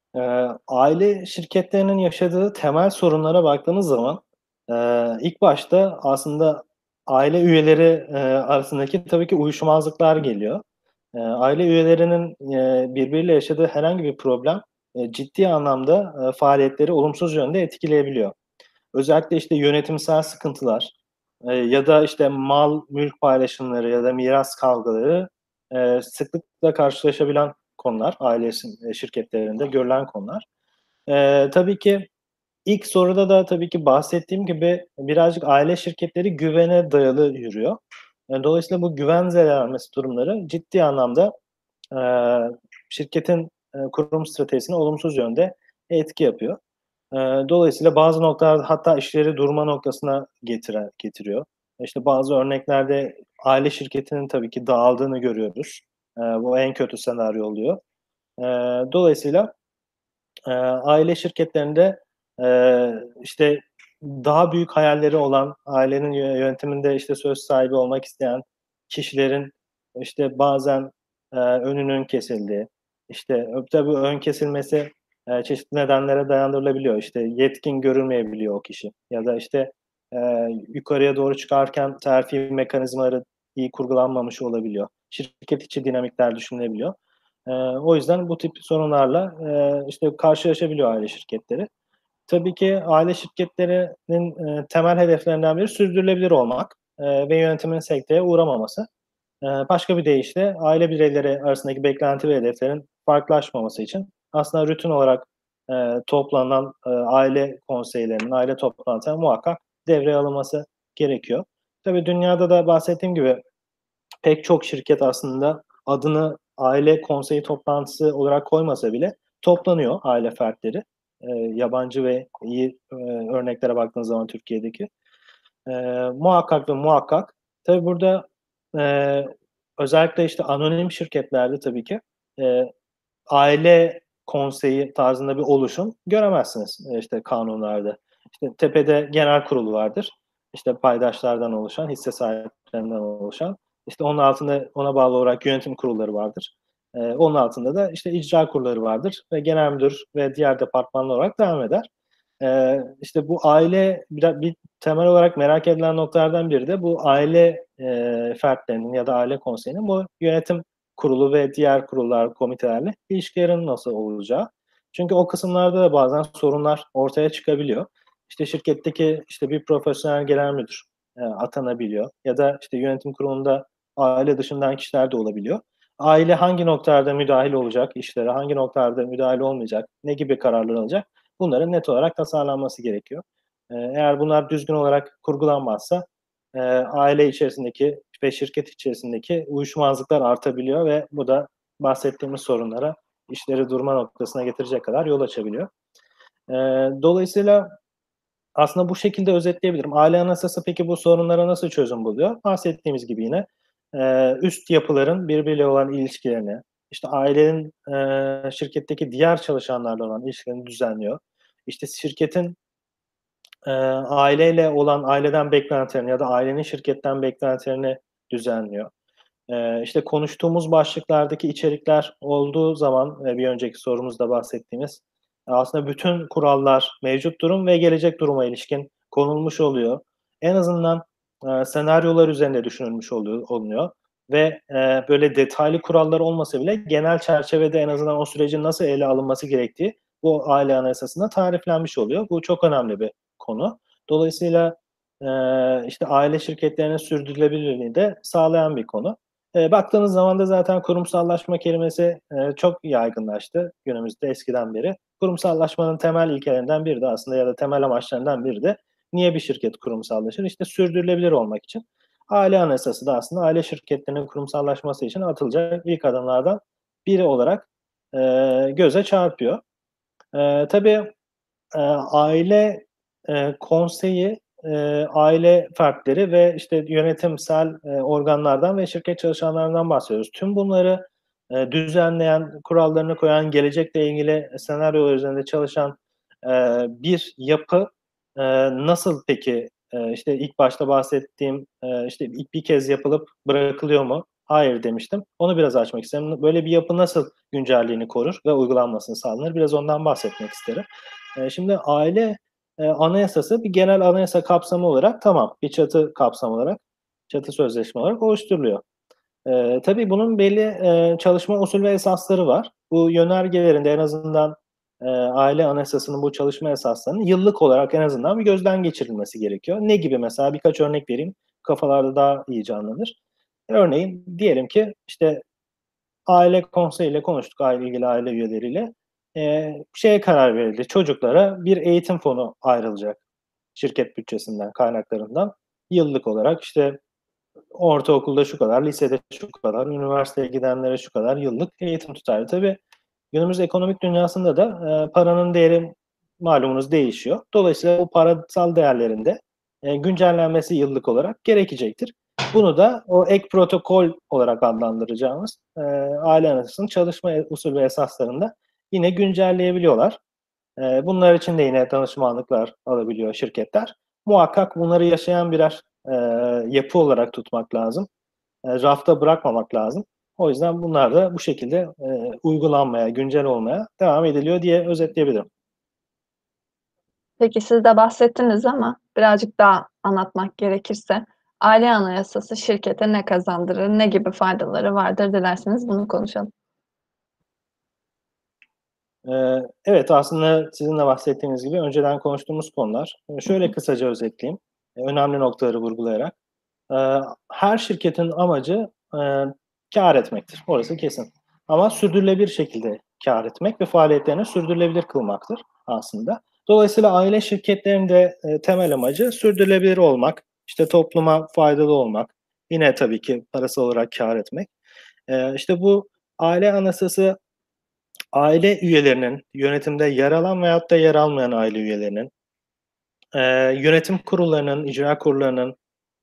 S2: Aile şirketlerinin yaşadığı temel sorunlara baktığımız zaman ilk başta aslında aile üyeleri arasındaki tabii ki uyuşmazlıklar geliyor. Aile üyelerinin birbiriyle yaşadığı herhangi bir problem ciddi anlamda faaliyetleri olumsuz yönde etkileyebiliyor. Özellikle işte yönetimsel sıkıntılar ya da işte mal, mülk paylaşımları ya da miras kavgaları sıklıkla karşılaşabilen konular, aile şirketlerinde görülen konular. Tabii ki ilk soruda da tabii ki bahsettiğim gibi birazcık aile şirketleri güvene dayalı yürüyor. Dolayısıyla bu güven zedelenmesi durumları ciddi anlamda eee, şirketin kurum stratejisine olumsuz yönde etki yapıyor. Dolayısıyla bazı noktalarda hatta işleri durma noktasına getiriyor. İşte bazı örneklerde aile şirketinin tabii ki dağıldığını görüyoruz. Bu en kötü senaryo oluyor. Dolayısıyla aile şirketlerinde işte daha büyük hayalleri olan, ailenin yönetiminde işte söz sahibi olmak isteyen kişilerin işte bazen önünün kesildiği, işte tabii ön kesilmesi çeşitli nedenlere dayandırılabiliyor. İşte yetkin görülmeyebiliyor o kişi ya da işte yukarıya doğru çıkarken terfi mekanizmaları iyi kurgulanmamış olabiliyor. Şirket içi dinamikler düşünülebiliyor. O yüzden bu tip sorunlarla işte karşılaşabiliyor aile şirketleri. Tabii ki aile şirketlerinin temel hedeflerinden biri sürdürülebilir olmak ve yönetimin sekteye uğramaması. Başka bir deyişle aile bireyleri arasındaki beklenti ve hedeflerin farklılaşmaması için aslında rutin olarak toplanan aile konseylerinin, aile toplantılarının muhakkak devreye alınması gerekiyor. Tabii dünyada da bahsettiğim gibi pek çok şirket aslında adını aile konseyi toplantısı olarak koymasa bile toplanıyor aile fertleri. Yabancı ve iyi örneklere baktığınız zaman Türkiye'deki. Muhakkak ve muhakkak. Tabii burada eee, özellikle işte anonim şirketlerde tabii ki eee, aile konseyi tarzında bir oluşum göremezsiniz işte kanunlarda. İşte tepede genel kurulu vardır. İşte paydaşlardan oluşan, hisse sahiplerinden oluşan. İşte onun altında ona bağlı olarak yönetim kurulları vardır. Onun altında da işte icra kurulları vardır ve genel müdür ve diğer departmanlar olarak devam eder. İşte bu aile bir temel olarak merak edilen noktalardan biri de bu aile fertlerinin ya da aile konseyinin bu yönetim kurulu ve diğer kurullar, komitelerle ilişkilerin nasıl olacağı. Çünkü o kısımlarda da bazen sorunlar ortaya çıkabiliyor. İşte şirketteki işte bir profesyonel genel müdür atanabiliyor ya da işte yönetim kurulunda aile dışından kişiler de olabiliyor. Aile hangi noktalarda müdahil olacak işlere, hangi noktalarda müdahil olmayacak, ne gibi kararlar alacak? Bunların net olarak tasarlanması gerekiyor. Eğer bunlar düzgün olarak kurgulanmazsa aile içerisindeki ve şirket içerisindeki uyuşmazlıklar artabiliyor ve bu da bahsettiğimiz sorunlara, işleri durma noktasına getirecek kadar yol açabiliyor. Dolayısıyla aslında bu şekilde özetleyebilirim. Aile anayasası peki bu sorunlara nasıl çözüm buluyor? Bahsettiğimiz gibi yine üst yapıların birbiriyle olan ilişkilerini, işte ailenin şirketteki diğer çalışanlarla olan ilişkilerini düzenliyor. İşte şirketin aileyle olan aileden beklentilerini ya da ailenin şirketten beklentilerini düzenliyor. İşte konuştuğumuz başlıklardaki içerikler olduğu zaman ve bir önceki sorumuzda bahsettiğimiz aslında bütün kurallar mevcut durum ve gelecek duruma ilişkin konulmuş oluyor. En azından senaryolar üzerinde düşünülmüş olunuyor ve böyle detaylı kurallar olmasa bile genel çerçevede en azından o sürecin nasıl ele alınması gerektiği bu aile anayasasında tariflenmiş oluyor. Bu çok önemli bir konu. Dolayısıyla işte aile şirketlerinin sürdürülebilirliğini de sağlayan bir konu. Baktığınız zaman da zaten kurumsallaşma kelimesi çok yaygınlaştı günümüzde eskiden beri. Kurumsallaşmanın temel ilkelerinden biri de aslında ya da temel amaçlarından biri de niye bir şirket kurumsallaşır? İşte sürdürülebilir olmak için. Aile anayasası da aslında aile şirketlerinin kurumsallaşması için atılacak ilk adımlardan biri olarak göze çarpıyor. Tabii aile konseyi, aile fertleri ve işte yönetimsel organlardan ve şirket çalışanlarından bahsediyoruz. Tüm bunları düzenleyen, kurallarını koyan, gelecekle ilgili senaryolar üzerinde çalışan bir yapı nasıl peki işte ilk başta bahsettiğim işte ilk bir kez yapılıp bırakılıyor mu? Hayır demiştim. Onu biraz açmak isterim. Böyle bir yapı nasıl güncelliğini korur ve uygulanmasını sağlanır? Biraz ondan bahsetmek isterim. Şimdi aile anayasası bir genel anayasa kapsamı olarak tamam, bir çatı kapsamı olarak, çatı sözleşme olarak oluşturuluyor. Tabii bunun belli çalışma usul ve esasları var. Bu yönergelerinde en azından aile anayasasının bu çalışma esaslarının yıllık olarak en azından bir gözden geçirilmesi gerekiyor. Ne gibi mesela birkaç örnek vereyim, kafalarda daha iyi canlanır. Örneğin diyelim ki işte aile konseyiyle konuştuk, ilgili aile üyeleriyle. Şeye karar verildi, çocuklara bir eğitim fonu ayrılacak şirket bütçesinden, kaynaklarından. Yıllık olarak işte ortaokulda şu kadar, lisede şu kadar, üniversiteye gidenlere şu kadar yıllık eğitim tutarı. Tabii günümüz ekonomik dünyasında da paranın değeri malumunuz değişiyor. Dolayısıyla bu parasal değerlerinde güncellenmesi yıllık olarak gerekecektir. Bunu da o ek protokol olarak adlandıracağımız aile anayasasının çalışma usulü ve esaslarında yine güncelleyebiliyorlar. Bunlar için de yine danışmanlıklar alabiliyor şirketler. Muhakkak bunları yaşayan birer yapı olarak tutmak lazım. Rafta bırakmamak lazım. O yüzden bunlar da bu şekilde uygulanmaya, güncel olmaya devam ediliyor diye özetleyebilirim.
S1: Peki siz de bahsettiniz ama birazcık daha anlatmak gerekirse aile anayasası şirkete ne kazandırır, ne gibi faydaları vardır dilerseniz bunu konuşalım.
S2: Evet, aslında sizin de bahsettiğiniz gibi önceden konuştuğumuz konular.
S1: Hı
S2: Şöyle
S1: hı.
S2: kısaca özetleyeyim, önemli noktaları vurgulayarak. Eee, Her şirketin amacı, kâr etmektir. Orası kesin. Ama sürdürülebilir şekilde kâr etmek ve faaliyetlerini sürdürülebilir kılmaktır aslında. Dolayısıyla aile şirketlerinin de, temel amacı sürdürülebilir olmak, işte, topluma faydalı olmak, yine tabii ki parasal olarak kâr etmek. İşte, bu aile anasası aile üyelerinin, yönetimde yer alan veyahut da yer almayan aile üyelerinin, yönetim kurullarının, icra kurullarının,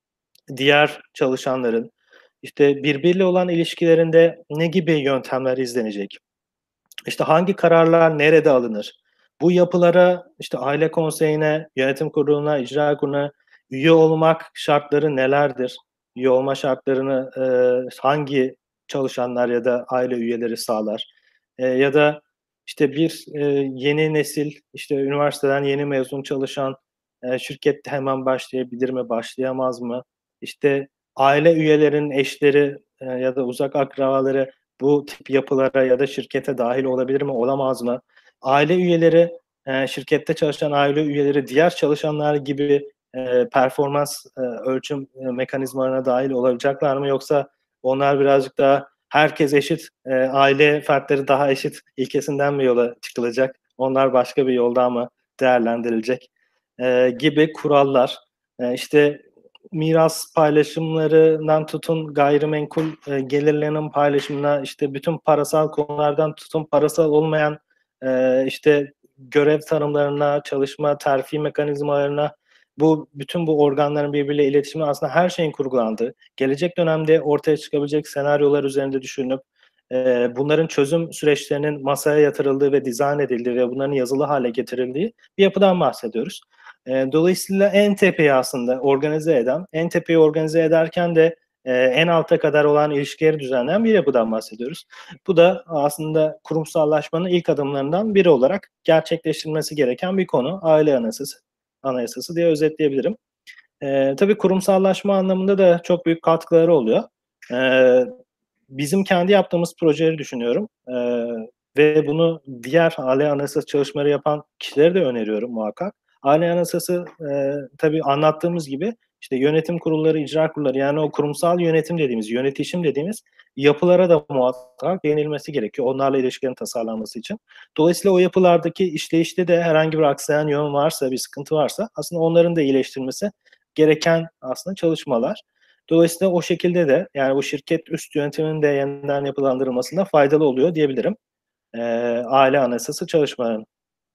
S2: diğer çalışanların, işte, birbiriyle olan ilişkilerinde ne gibi yöntemler izlenecek? İşte, hangi kararlar nerede alınır? Bu yapılara, işte, aile konseyine, yönetim kuruluna, icra kuruluna üye olmak şartları nelerdir? Üye olma şartlarını, hangi çalışanlar ya da aile üyeleri sağlar? Ya da, işte, yeni nesil, işte, üniversiteden yeni mezun çalışan, şirkette hemen başlayabilir mi, başlayamaz mı? İşte, aile üyelerinin eşleri, ya da uzak akrabaları bu tip yapılara ya da şirkete dâhil olabilir mi, olamaz mı? Aile üyeleri, şirkette çalışan aile üyeleri diğer çalışanlar gibi, performans, ölçüm, mekanizmalarına dâhil olacaklar mı yoksa onlar birazcık daha herkes eşit, aile fertleri daha eşit ilkesinden mi yola çıkılacak? Onlar başka bir yoldan mı değerlendirilecek, gibi kurallar. İşte, miras paylaşımlarından tutun, gayrimenkul, gelirlerinin paylaşımına, işte, bütün parasal konulardan tutun, parasal olmayan, işte, görev tanımlarına, çalışma, terfi mekanizmalarına, bütün bu organların birbiriyle iletişimi aslında her şeyin kurgulandığı, gelecek dönemde ortaya çıkabilecek senaryolar üzerinde düşünüp, bunların çözüm süreçlerinin masaya yatırıldığı ve dizayn edildiği ve bunların yazılı hâle getirildiği bir yapıdan bahsediyoruz. Dolayısıyla en tepeyi aslında organize eden, en tepeyi organize ederken de, en alta kadar olan ilişkileri düzenleyen bir yapıdan bahsediyoruz. Bu da aslında kurumsallaşmanın ilk adımlarından biri olarak gerçekleştirilmesi gereken bir konu. Aile anayasası diye özetleyebilirim. Tabii kurumsallaşma anlamında da çok büyük katkıları oluyor. Eee, Bizim kendi yaptığımız projeleri düşünüyorum, ve bunu diğer aile anayasası çalışmaları yapan kişilere de öneriyorum muhakkak. Aile anayasası, tabii anlattığımız gibi, işte, yönetim kurulları, icra kurulları, yani o kurumsal yönetim dediğimiz, yönetişim dediğimiz yapılara da muhakkak değinilmesi gerekiyor, onlarla ilişkilerin tasarlanması için. Dolayısıyla o yapılardaki işleyişte de herhangi bir aksayan yön varsa, bir sıkıntı varsa aslında onların da iyileştirilmesi gereken aslında çalışmalar. Dolayısıyla o şekilde de, yani, bu şirket üst yönetiminin de yeniden yapılandırılmasında faydalı oluyor diyebilirim, aile anayasası çalışmalarının.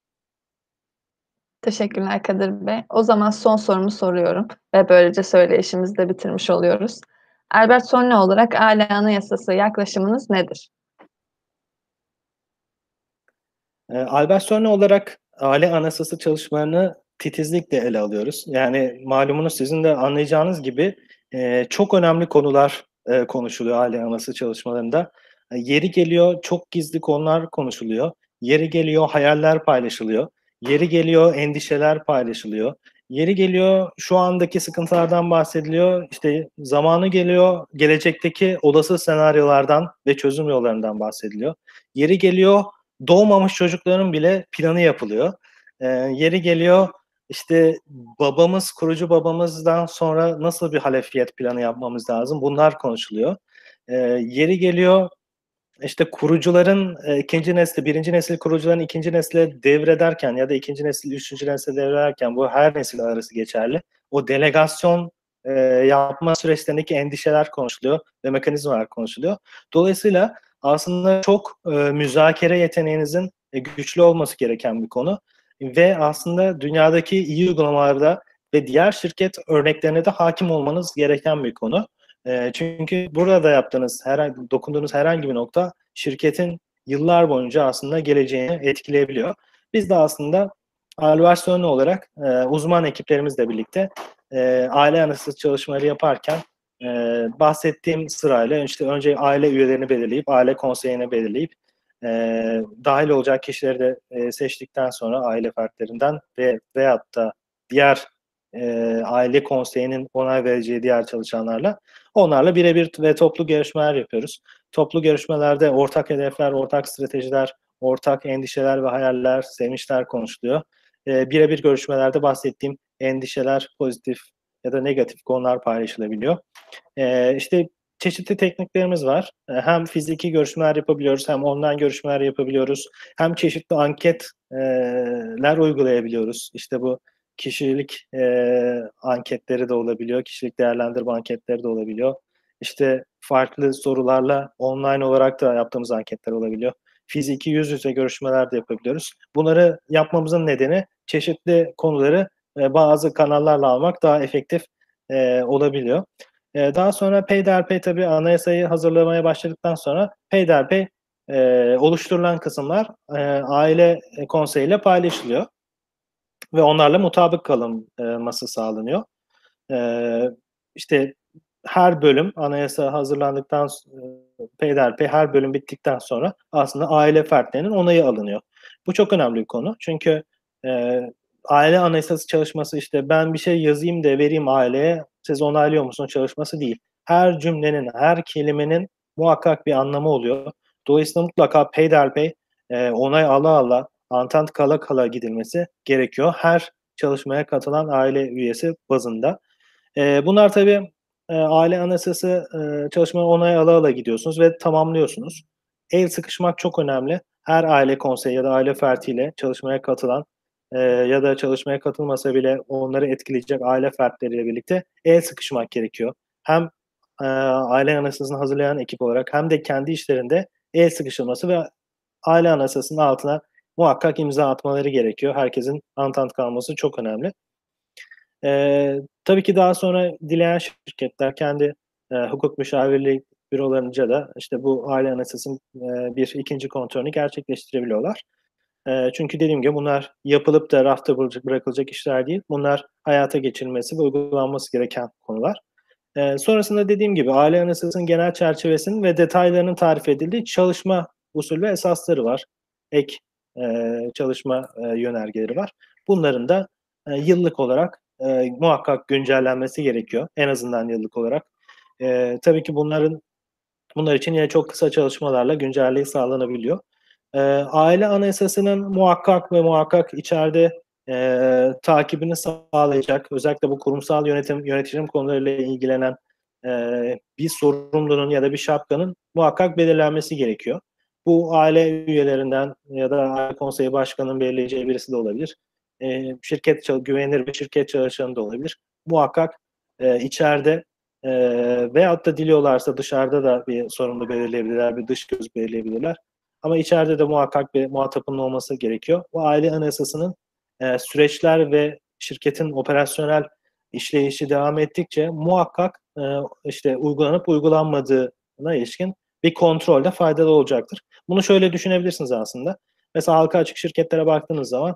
S1: Teşekkürler Kadir Bey. O zaman son sorumu soruyorum ve böylece söyleyişimizi de bitirmiş oluyoruz. Albert Sonne olarak aile anayasası yaklaşımınız nedir?
S2: Albert Sonra olarak aile anayasası çalışmalarını titizlikle ele alıyoruz. Yani malumunuz sizin de anlayacağınız gibi, çok önemli konular, konuşuluyor aile anayasası çalışmalarında. Yeri geliyor çok gizli konular konuşuluyor. Yeri geliyor hayaller paylaşılıyor. Yeri geliyor endişeler paylaşılıyor. Yeri geliyor şu andaki sıkıntılardan bahsediliyor. İşte zamanı geliyor gelecekteki olası senaryolardan ve çözüm yollarından bahsediliyor. Yeri geliyor doğmamış çocukların bile planı yapılıyor. Yeri geliyor, işte, kurucu babamızdan sonra nasıl bir halefiyet planı yapmamız lazım, bunlar konuşuluyor. Yeri geliyor, işte, kurucuların, 2'nci nesli, 1'inci nesil kurucuların 2'nci nesile devrederken ya da 2'nci nesil 3'üncü nesile devrederken bu her nesil arası geçerli. O delegasyon, yapma süreçlerindeki endişeler konuşuluyor ve mekanizmalar konuşuluyor. Dolayısıyla aslında çok, müzakere yeteneğinizin, güçlü olması gereken bir konu ve aslında dünyadaki iyi uygulamalarda ve diğer şirket örneklerine de hâkim olmanız gereken bir konu. Çünkü burada yaptığınız dokunduğunuz herhangi bir nokta şirketin yıllar boyunca aslında geleceğini etkileyebiliyor. Biz de aslında Alversone olarak, uzman ekiplerimizle birlikte, aile anayasası çalışmaları yaparken, bahsettiğim sırayla, işte, önce aile üyelerini belirleyip, aile konseyini belirleyip, dâhil olacak kişileri de, seçtikten sonra aile fertlerinden veyahut da diğer, aile konseyinin onay vereceği diğer çalışanlarla, onlarla birebir ve toplu görüşmeler yapıyoruz. Toplu görüşmelerde ortak hedefler, ortak stratejiler, ortak endişeler ve hayaller, sevinçler konuşuluyor. Birebir görüşmelerde bahsettiğim endişeler, pozitif ya da negatif konular paylaşılabiliyor. İşte çeşitli tekniklerimiz var. Hem fiziki görüşmeler yapabiliyoruz, hem online görüşmeler yapabiliyoruz. Hem çeşitli anketler uygulayabiliyoruz. İşte bu kişilik anketleri de olabiliyor, kişilik değerlendirme anketleri de olabiliyor. İşte farklı sorularla online olarak da yaptığımız anketler olabiliyor. Fiziki yüz yüze görüşmeler de yapabiliyoruz. Bunları yapmamızın nedeni çeşitli konuları bazı kanallarla almak daha efektif olabiliyor. Daha sonra peyderpey tabii anayasayı hazırlamaya başladıktan sonra peyderpey oluşturulan kısımlar aile konseyiyle paylaşılıyor ve onlarla mutabık kalınması sağlanıyor. İşte her bölüm anayasa hazırlandıktan peyderpey her bölüm bittikten sonra aslında aile fertlerinin onayı alınıyor. Bu çok önemli bir konu. Çünkü e, aile anayasası çalışması işte ben bir şey yazayım da vereyim aileye, siz onaylıyor musunuz çalışması değil. Her cümlenin, her kelimenin muhakkak bir anlamı oluyor. Dolayısıyla mutlaka peyderpey onay ala ala, antant kala kala gidilmesi gerekiyor. Her çalışmaya katılan aile üyesi bazında. Bunlar tabii aile anayasası çalışmaya onay ala ala gidiyorsunuz ve tamamlıyorsunuz. El sıkışmak çok önemli. Her aile konseyi ya da aile fertiyle çalışmaya katılan ya da çalışmaya katılmasa bile onları etkileyecek aile fertleriyle birlikte el sıkışmak gerekiyor. Hem aile anayasasını hazırlayan ekip olarak hem de kendi işlerinde el sıkışılması ve aile anayasasının altına muhakkak imza atmaları gerekiyor. Herkesin antant kalması çok önemli. Tabii ki daha sonra dileyen şirketler kendi hukuk müşavirliği bürolarınca da işte bu aile anayasasının bir ikinci kontrolünü gerçekleştirebiliyorlar. Çünkü dediğim gibi bunlar yapılıp da rafta bırakılacak işler değil. Bunlar hayata geçirilmesi ve uygulanması gereken konular. Sonrasında dediğim gibi aile anayasasının genel çerçevesinin ve detaylarının tarif edildiği çalışma usulü ve esasları var. Ek çalışma yönergeleri var. Bunların da yıllık olarak muhakkak güncellenmesi gerekiyor. En azından yıllık olarak. Tabii ki bunlar için yine çok kısa çalışmalarla güncelliği sağlanabiliyor. Aile anayasasının muhakkak içeride takibini sağlayacak, özellikle bu kurumsal yönetim konularıyla ilgilenen bir sorumlunun ya da bir şapkanın muhakkak belirlenmesi gerekiyor. Bu aile üyelerinden ya da aile konseyi başkanının belirleyeceği birisi de olabilir. Güvenilir bir şirket çalışanı da olabilir. Muhakkak içeride veyahut da diliyorlarsa dışarıda da bir sorumlu belirleyebilirler, bir dış göz belirleyebilirler. Ama içeride de muhakkak bir muhatapının olması gerekiyor. Bu aile anayasasının süreçler ve şirketin operasyonel işleyişi devam ettikçe muhakkak işte uygulanıp uygulanmadığına ilişkin bir kontrolde faydalı olacaktır. Bunu şöyle düşünebilirsiniz aslında. Mesela halka açık şirketlere baktığınız zaman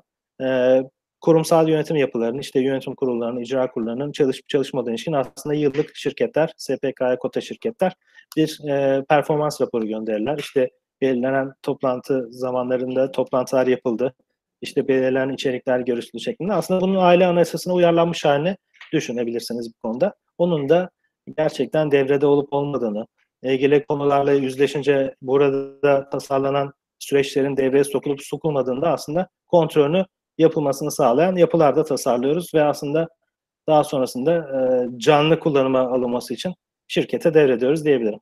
S2: kurumsal yönetim yapılarının, işte yönetim kurullarının, icra kurullarının çalışıp çalışmadığına ilişkin aslında yıllık şirketler, SPK'ya kota şirketler bir performans raporu gönderirler. İşte belirlenen toplantı zamanlarında toplantılar yapıldı. İşte belirlenen içerikler görüşülü şeklinde. Aslında bunun aile anayasasına uyarlanmış halini düşünebilirsiniz bu konuda. Onun da gerçekten devrede olup olmadığını, ilgili konularla yüzleşince burada tasarlanan süreçlerin devreye sokulup sokulmadığını da aslında kontrolünü yapılmasını sağlayan yapılar da tasarlıyoruz ve aslında daha sonrasında canlı kullanıma alınması için şirkete devrediyoruz diyebilirim.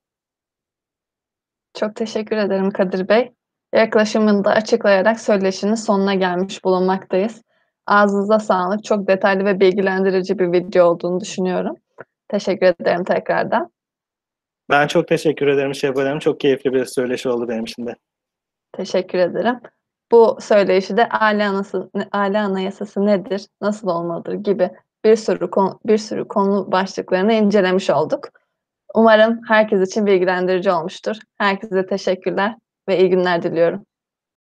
S1: Çok teşekkür ederim Kadir Bey. Yaklaşımını da açıklayarak söyleşinin sonuna gelmiş bulunmaktayız. Ağzınıza sağlık. Çok detaylı ve bilgilendirici bir video olduğunu düşünüyorum. Teşekkür ederim tekrardan.
S2: Ben çok teşekkür ederim Şevval Hanım. Çok keyifli bir söyleşi oldu benim için de.
S1: Teşekkür ederim. Bu söyleşide aile anayasası nedir, nasıl olmalıdır gibi bir sürü konu başlıklarını incelemiş olduk. Umarım herkes için bilgilendirici olmuştur. Herkese teşekkürler ve iyi günler diliyorum.